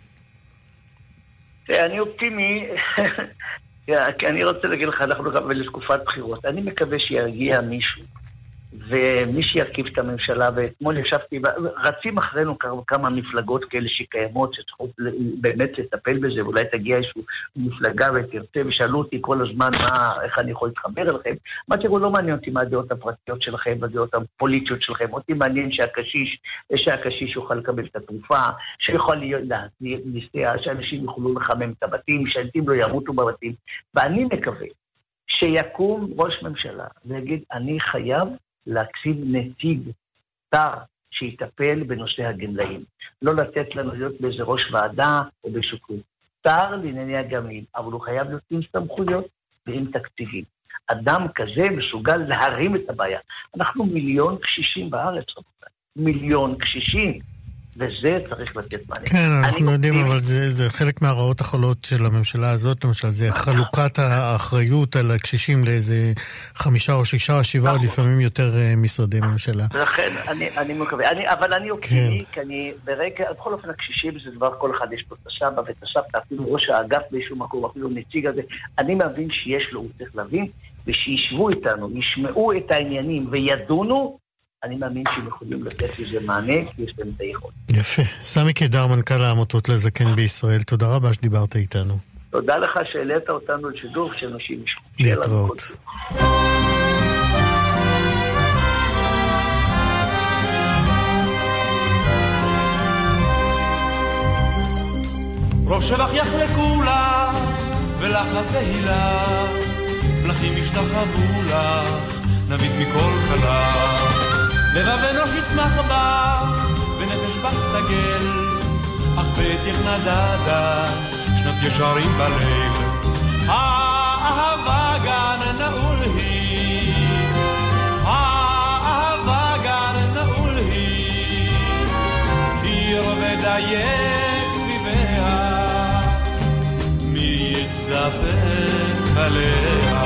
אני אופטימי, כי אני רוצה להגיד לך, אנחנו גם לתקופת בחירות, אני מקווה שיגיע מישהו, ומי שירכיב את הממשלה, ואתמול ישבתי, רצים אחרינו כמה מפלגות כאלה שקיימות, שצריכות באמת לטפל בזה, ואולי תגיע איזושהי מפלגה ותרצה, ושאלו אותי כל הזמן מה, איך אני יכול להתחבר אליכם. מה תראו, לא מעניין אותי מה הדעות הפרטיות שלכם, והדעות הפוליטיות שלכם, אותי מעניין שהקשיש, שהקשיש יוכל לקבל את התרופה, שיוכל להיות, להסתיע, שאנשים יוכלו לחמם את הבתים, שאנשים לא ימותו בבתים, ואני מקווה שיקום ראש ממשלה, ויגיד, אני חייב להקציב נציג שר שיטפל בנושא הגמלאים. לא לתת לנו להיות באיזה ראש ועדה או בשוקות. שר לענייני הגמלאים, אבל הוא חייב להיות עם סמכויות ועם תקציבים. אדם כזה מסוגל להרים את הבעיה. אנחנו מיליון קשישים בארץ, מיליון קשישים. וזה צריך לתת מענה. כן, אנחנו יודעים, אבל זה, זה חלק מהרעות החולות של הממשלה הזאת, למשל, זה חלוקת האחריות על הקשישים לאיזה חמישה או שישה או שבעה, או לפעמים יותר משרדי ממשלה. לכן, אני, אני מקווה, אני, אבל אני אופטימי, כי אני ברגע, בכל אופן הקשישים זה דבר, כל אחד יש פה את הסבא ואת הסבתא, אפילו ראש האגף באיזשהו מקום, אפילו נציג הזה, אני מבין שיש לו, הוא צריך להבין, ושישבו איתנו, ישמעו את העניינים וידונו, אני מאמין שהם יכולים לתת לזה מענה, כי יש להם את היכולת. יפה. סמי קדר, מנכ"ל העמותות לזקן בישראל, תודה רבה שדיברת איתנו. תודה לך שהעלית אותנו לשידור שאנשים ישמעו. להתראות. שבח יחלקו לך ולך התהילה, מלאכים ישתחוו לך, נביט מכל כלך. לבב אנוש ישמח בך ונפש בך תגל, אך ביתך נדדה שנת ישרים בליל. האהבה גן נעול היא, האהבה גן נעול היא, קיר ודייק סביביה, מי יתדפק עליה.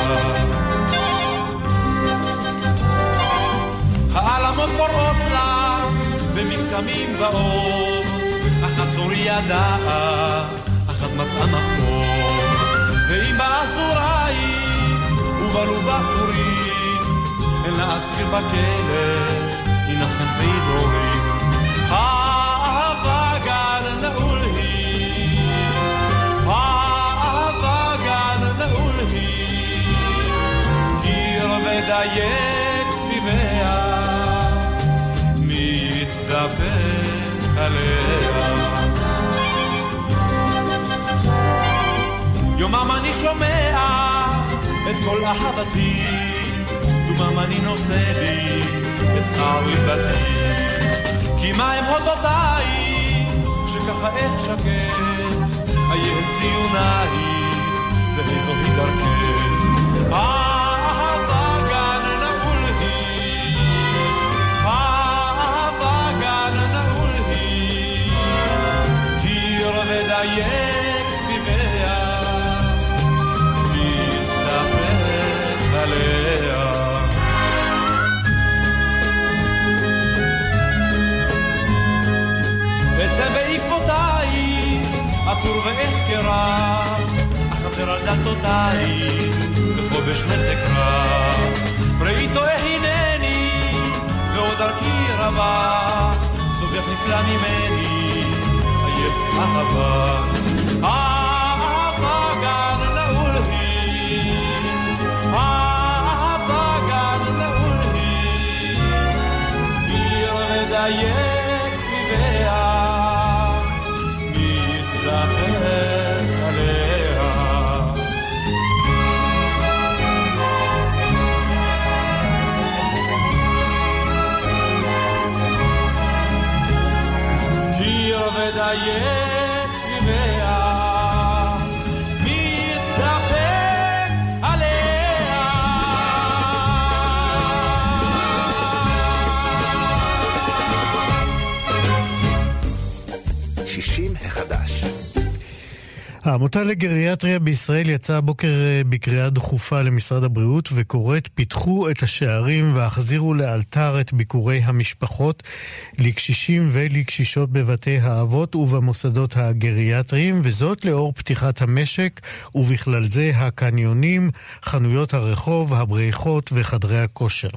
העלמות קוראות לך במקסמים באור, אחת צורי ידעה, אחת מצאה מחור. ואם באסורה היא ובלו בחורים, אין להזכיר בכלא ינחם וידורים. האהבה גן נעול היא, האהבה גן נעול היא, קיר ודייק סביביה, מי יתדפק עליה. יומם אני שומע את כל אהבתי, דומם אני נושא לי את צער ליבתי. כי מה הם הודותיי שככה איך שקט, איה הם ציונייך ואיזוהי דרכך. האהבה גן נעול היא, האהבה גן נעול היא, קיר ודייק סביביה, עליה. אצא בעקבותייך עטור ואחקרה, אחזר על דלתותייך בחובש נחקרה. ראיתו הנני ועוד דרכי רבה, סובך נפלא ממני עייף אהבה. אהבה גן נעול היא, האהבה גן נעול היא, קיר ודייק סביביה, מתדפק עליה. קיר ודייק סביביה, שישים החדש. העמותה לגריאטריה בישראל יצאה הבוקר בקריאה דחופה למשרד הבריאות וקוראת פיתחו את השערים והחזירו לאלתר את ביקורי המשפחות לקשישים ולקשישות בבתי האבות ובמוסדות הגריאטריים, וזאת לאור פתיחת המשק ובכלל זה הקניונים, חנויות הרחוב, הבריכות וחדרי הכושר.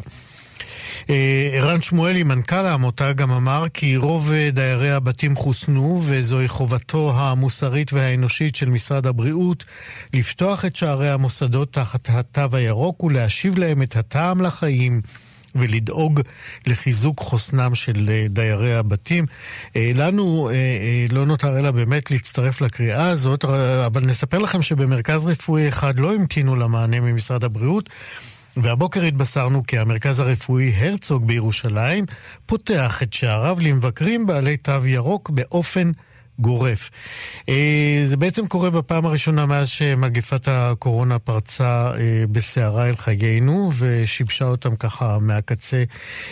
ערן שמואלי, מנכ"ל העמותה, גם אמר כי רוב דיירי הבתים חוסנו וזוהי חובתו המוסרית והאנושית של משרד הבריאות לפתוח את שערי המוסדות תחת התו הירוק ולהשיב להם את הטעם לחיים ולדאוג לחיזוק חוסנם של דיירי הבתים. לנו לא נותר אלא באמת להצטרף לקריאה הזאת, אבל נספר לכם שבמרכז רפואי אחד לא המתינו למענה ממשרד הבריאות, והבוקר התבשרנו כי המרכז הרפואי הרצוג בירושלים פותח את שעריו למבקרים בעלי תו ירוק באופן גורף. זה בעצם קורה בפעם הראשונה מאז שמגפת הקורונה פרצה בסערה אל חיינו ושיבשה אותם ככה מהקצה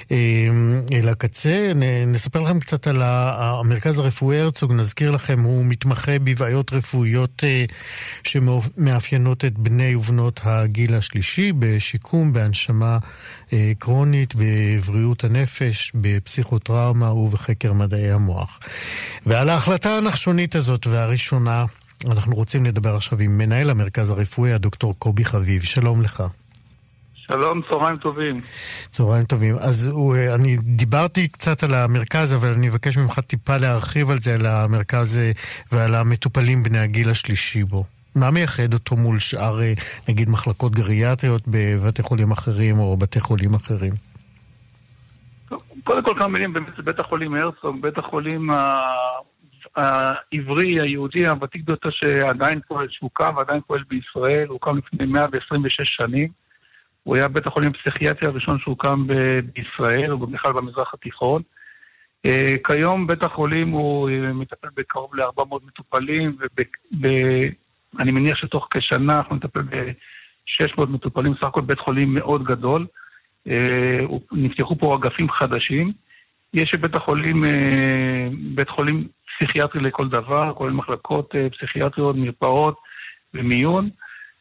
אל הקצה. נספר לכם קצת על המרכז הרפואי הרצוג. נזכיר לכם, הוא מתמחה בבעיות רפואיות שמאפיינות את בני ובנות הגיל השלישי, בשיקום, בהנשמה קרונית, בבריאות הנפש, בפסיכוטראומה ובחקר מדעי המוח. ועל ההחלטה הנחשונית הזאת והראשונה אנחנו רוצים לדבר עכשיו עם מנהל המרכז הרפואי, הדוקטור קובי חביב. שלום לך. שלום, צהריים טובים. צהריים טובים. אז הוא, אני דיברתי קצת על המרכז, אבל אני מבקש ממך טיפה להרחיב על זה, על המרכז ועל המטופלים בני הגיל השלישי בו. מה מייחד אותו מול שאר, נגיד, מחלקות גריאטריות בבתי חולים אחרים או בתי חולים אחרים? קודם כל כמה מילים, באמת זה בית החולים הרצוג, בית החולים העברי, היהודי, הוותיק ביותר שעדיין פועל, שהוקם ועדיין פועל בישראל, הוא הוקם לפני מאה ועשרים ושש שנים. הוא היה בית החולים הפסיכיאטרי הראשון שהוקם בישראל, או בכלל במזרח התיכון. כיום בית החולים הוא מטפל בקרוב ל-ארבע מאות מטופלים, ואני מניח שתוך כשנה אנחנו נטפל ב-שש מאות מטופלים, סך הכל בית חולים מאוד גדול. נפתחו פה אגפים חדשים. יש בית החולים, בית חולים פסיכיאטרי לכל דבר, כולל מחלקות פסיכיאטריות, מרפאות ומיון,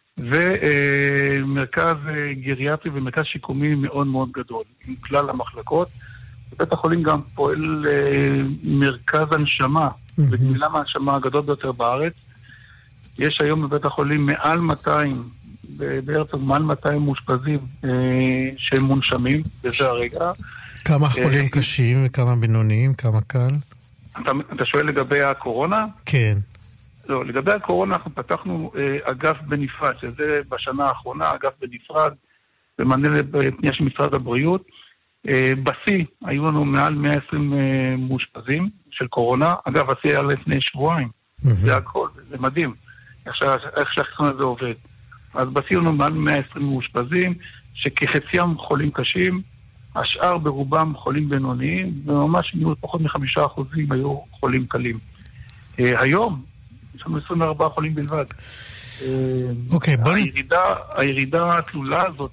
ומרכז גריאטרי ומרכז שיקומי מאוד מאוד גדול, עם כלל המחלקות. בבית החולים גם פועל מרכז הנשמה, וגמילה מהנשמה הגדול ביותר בארץ. יש היום בבית החולים מעל מאתיים, בהרצוג מעל מאתיים מאושפזים שהם מונשמים בזה הרגע. כמה חולים קשים וכמה בינוניים, כמה קל? אתה, אתה שואל לגבי הקורונה? כן. לא, לגבי הקורונה אנחנו פתחנו אגף בנפרד, שזה בשנה האחרונה, אגף בנפרד, במענה לפנייה של משרד הבריאות. בסי, היו לנו מעל מאה ועשרים מאושפזים של קורונה. אגב, בסי היה לפני שבועיים. זה הכל, זה מדהים. איך שהחיסון הזה עובד. אז בסי היו לנו מעל מאה ועשרים מאושפזים, שכחציים חולים קשים, השאר ברובם חולים בינוניים, וממש פחות מחמישה אחוזים היו חולים קלים. היום, יש לנו עשרים וארבעה חולים בלבד. אוקיי, בוא... הירידה, הירידה התלולה הזאת,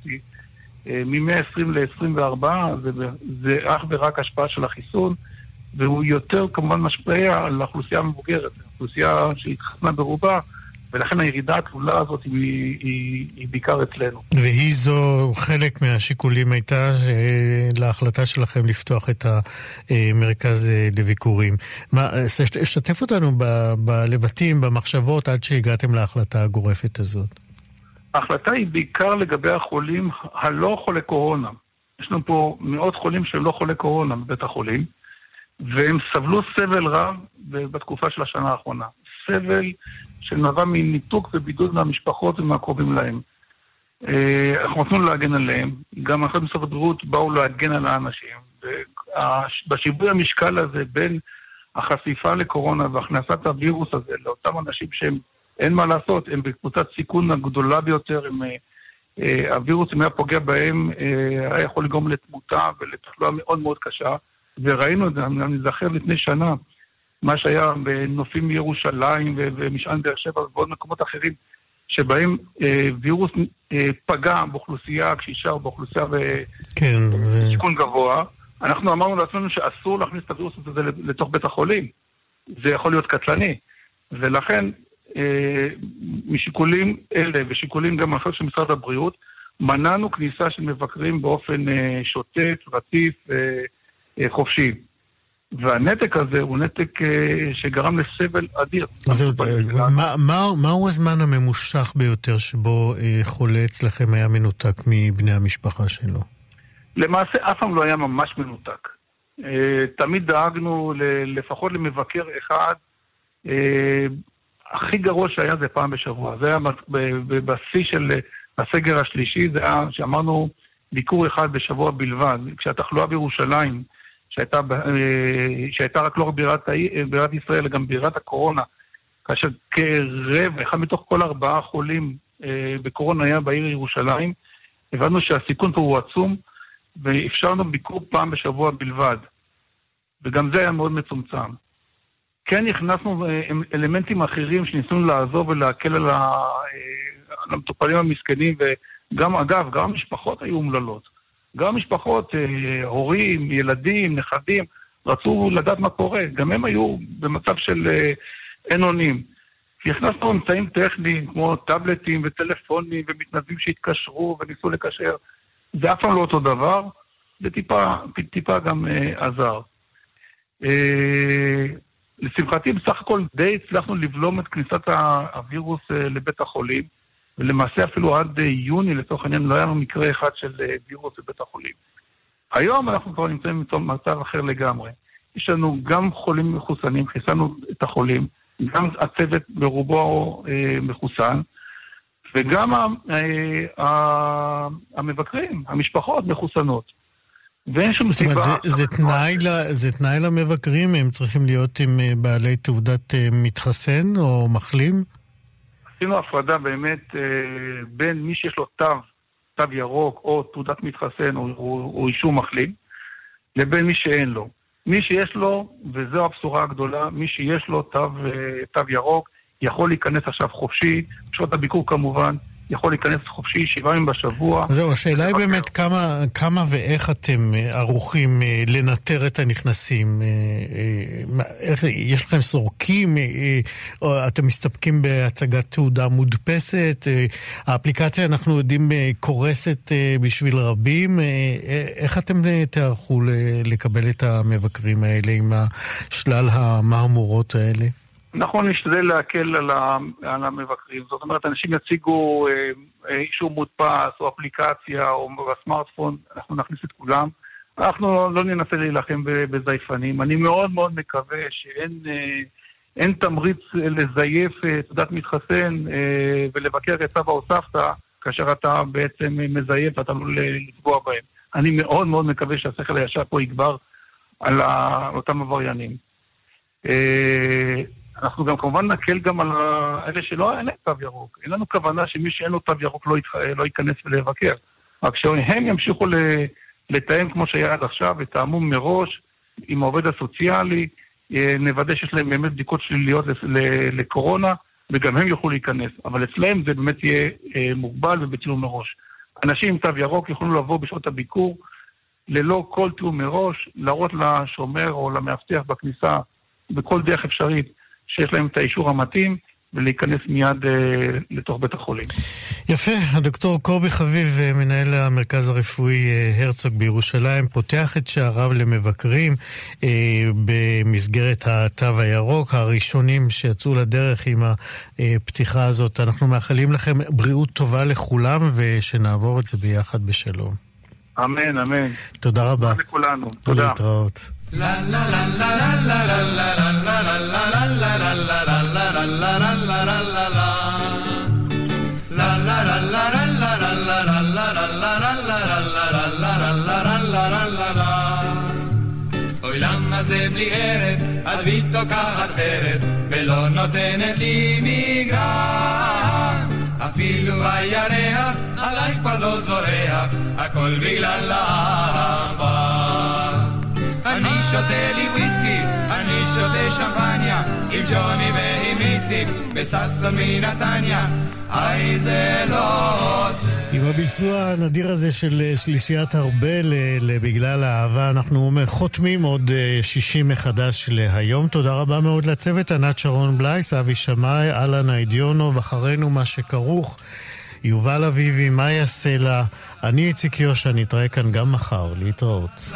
מ-מאה ועשרים ל-עשרים וארבע, זה, זה אך ורק השפעה של החיסון, והוא יותר כמובן משפיע על האוכלוסייה המבוגרת, האוכלוסייה שהתחתנה ברובה, ולכן הירידה התלולה הזאת היא, היא, היא בעיקר אצלנו. והיא זו, חלק מהשיקולים הייתה להחלטה שלכם לפתוח את המרכז לביקורים. מה, שתף אותנו ב, בלבטים, במחשבות, עד שהגעתם להחלטה הגורפת הזאת. ההחלטה היא בעיקר לגבי החולים הלא חולי קורונה. יש לנו פה מאות חולים שהם לא חולי קורונה בבית החולים, והם סבלו סבל רב בתקופה של השנה האחרונה. סבל שנבע מניתוק ובידוד מהמשפחות ומהקרובים להם. אנחנו רוצים להגן עליהם, גם אחרי משרד הבריאות באו להגן על האנשים. בשיווי המשקל הזה בין החשיפה לקורונה והכנסת הווירוס הזה לאותם אנשים שהם, אין מה לעשות, הם בקבוצת סיכון הגדולה ביותר, הם, הווירוס אם היה פוגע בהם, היה יכול לגרום לתמותה ולתחלואה מאוד מאוד קשה, וראינו את זה, אני נזכר לפני שנה, מה שהיה בנופים מירושלים ומשען באר שבע ועוד מקומות אחרים, שבהם אה, וירוס אה, פגע באוכלוסייה קשישה או באוכלוסייה בסיכון כן, גבוה. אנחנו אמרנו לעצמנו שאסור להכניס את הווירוס הזה לתוך בית החולים. זה יכול להיות קטלני. ולכן, אה, משיקולים אלה ושיקולים גם אחר של משרד הבריאות, מנענו כניסה של מבקרים באופן אה, שוטף, רציף, אה, אה, חופשי. והנתק הזה הוא נתק שגרם לסבל אדיר. מהו הזמן הממושך ביותר שבו חולה אצלכם היה מנותק מבני המשפחה שלו? למעשה אף פעם לא היה ממש מנותק. תמיד דאגנו לפחות למבקר אחד. הכי גרוע שהיה זה פעם בשבוע. זה היה בשיא של הסגר השלישי, זה היה שאמרנו ביקור אחד בשבוע בלבד. כשהתחלואה בירושלים שהייתה, שהייתה רק לא בירת, בירת ישראל, אלא גם בירת הקורונה, כאשר כרבע, אחד מתוך כל ארבעה חולים בקורונה היה בעיר ירושלים, הבנו שהסיכון פה הוא עצום, ואפשרנו ביקור פעם בשבוע בלבד, וגם זה היה מאוד מצומצם. כן הכנסנו אלמנטים אחרים שניסינו לעזור ולהקל על המטופלים המסכנים, וגם אגב, גם המשפחות היו אומללות. גם משפחות, הורים, ילדים, נכדים, רצו לדעת מה קורה. גם הם היו במצב של אין אונים. הכנסנו אמצעים טכניים כמו טאבלטים וטלפונים ומתנדבים שהתקשרו וניסו לקשר. זה אף פעם לא אותו דבר, זה טיפה, טיפה גם עזר. לשמחתי, בסך הכל די הצלחנו לבלום את כניסת הווירוס לבית החולים, ולמעשה אפילו עד יוני, לתוך העניין, לא היה לנו מקרה אחד של וירוס בבית החולים. היום אנחנו כבר נמצאים במצב אחר לגמרי. יש לנו גם חולים מחוסנים, חיסנו את החולים, גם הצוות ברובו אה, מחוסן, וגם ה, אה, המבקרים, המשפחות מחוסנות. ואין שום סיבה... זאת אומרת, זה, זה, תנאי ל, זה תנאי למבקרים? הם צריכים להיות עם בעלי תעודת מתחסן או מחלים? עשינו הפרדה באמת בין מי שיש לו תו, תו ירוק או תעודת מתחסן או, או, או אישור מחלים, לבין מי שאין לו. מי שיש לו, וזו הבשורה הגדולה, מי שיש לו תו, תו ירוק, יכול להיכנס עכשיו חופשי, בשעות הביקור כמובן, יכול להיכנס חופשי שבעה ימים בשבוע. זהו, השאלה היא באמת כמה, כמה ואיך אתם ערוכים לנטר את הנכנסים. איך, יש לכם סורקים? או אתם מסתפקים בהצגת תעודה מודפסת? האפליקציה, אנחנו יודעים, קורסת בשביל רבים. איך אתם תערכו לקבל את המבקרים האלה עם השלל המהמורות האלה? נכון, נשתדל להקל על, ה, על המבקרים. זאת אומרת, אנשים יציגו אה, אישור מודפס או אפליקציה או בסמארטפון, אנחנו נכניס את כולם. אנחנו לא, לא ננסה להילחם בזייפנים. אני מאוד מאוד מקווה שאין אה, אין תמריץ לזייף אה, תעודת מתחסן אה, ולבקר את סבא או סבתא, כאשר אתה בעצם מזייף ואתה לא לפגוע בהם. אני מאוד מאוד מקווה שהשכל הישר פה יגבר על אותם עבריינים. אה, אנחנו גם כמובן נקל גם על אלה שלא אין להם תו ירוק. אין לנו כוונה שמי שאין לו תו ירוק לא, יתח... לא ייכנס ולבקר. רק שהם ימשיכו לתאם כמו שהיה עד עכשיו, ותאמו מראש עם העובד הסוציאלי, נוודא שיש להם באמת בדיקות שליליות לקורונה, וגם הם יוכלו להיכנס. אבל אצלם זה באמת יהיה מוגבל ובצילום מראש. אנשים עם תו ירוק יכולים לבוא בשעות הביקור, ללא כל תיאום מראש, להראות לשומר או למאבטח בכניסה, בכל דרך אפשרית, שיש להם את האישור המתאים, ולהיכנס מיד אה, לתוך בית החולים. יפה, הדוקטור קובי חביב, מנהל המרכז הרפואי הרצוג בירושלים, פותח את שעריו למבקרים אה, במסגרת התו הירוק, הראשונים שיצאו לדרך עם הפתיחה הזאת. אנחנו מאחלים לכם בריאות טובה לכולם, ושנעבור את זה ביחד בשלום. אמן, אמן. תודה רבה. תודה לכולנו. תודה. להתראות. אוי למה זה בלי ערב, את בי תוקחת חרב ולא נותנת לי מגרם, אפילו הירח עליי כבר לא זורח, הכל בגלל האהבה. אני שותה לי וויסקי, אני שותה שמפניה, עם ג'וני ועם איסיק, בססון מנתניה, איי זה לא עושה. עם הביצוע הנדיר הזה של שלישיית ארבל בגלל האהבה, אנחנו חותמים עוד שישים מחדש להיום. תודה רבה מאוד לצוות, ענת שרון בלייס, אבי שמאי, אלן אידיונוב, אחרינו מה שכרוך, יובל אביבי, מאיה סלע, אני איציק יושע, נתראה כאן גם מחר, להתראות.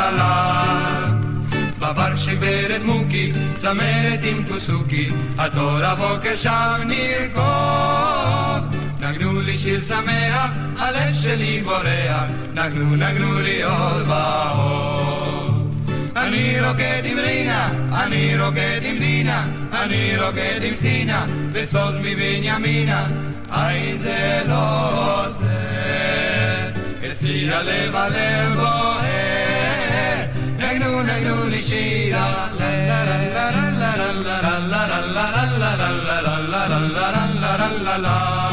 בברשק ברד מוקי, צמרת עם קוסוקי, התור הבוקר שם נרקוד. נגנו לי שיר שמח, הלב שלי בורח, נגנו נגנו לי עוד באור. אני רוקד עם רינה, אני רוקד עם דינה, אני רוקד עם סינה, וסוז מבנימינה, איי זה לא עושה, אצלי הלב הלב בוער, נגנו נגנו לי שירה, לה לה לה לה לה לה לה לה לה לה לה לה לה לה לה לה.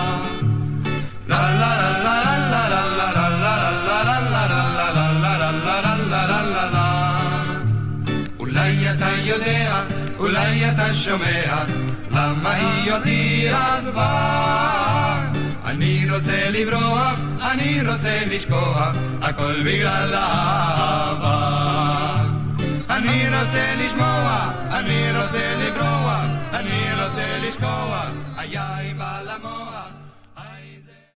אולי אתה יודע, אולי אתה שומע, למה היא אותי עזבה. אני רוצה לברוח, אני רוצה לשכוח, הכל בגלל האהבה. אני רוצה לשמוע, אני רוצה לברוח, אני רוצה לשכוח, היה עם בעלמות.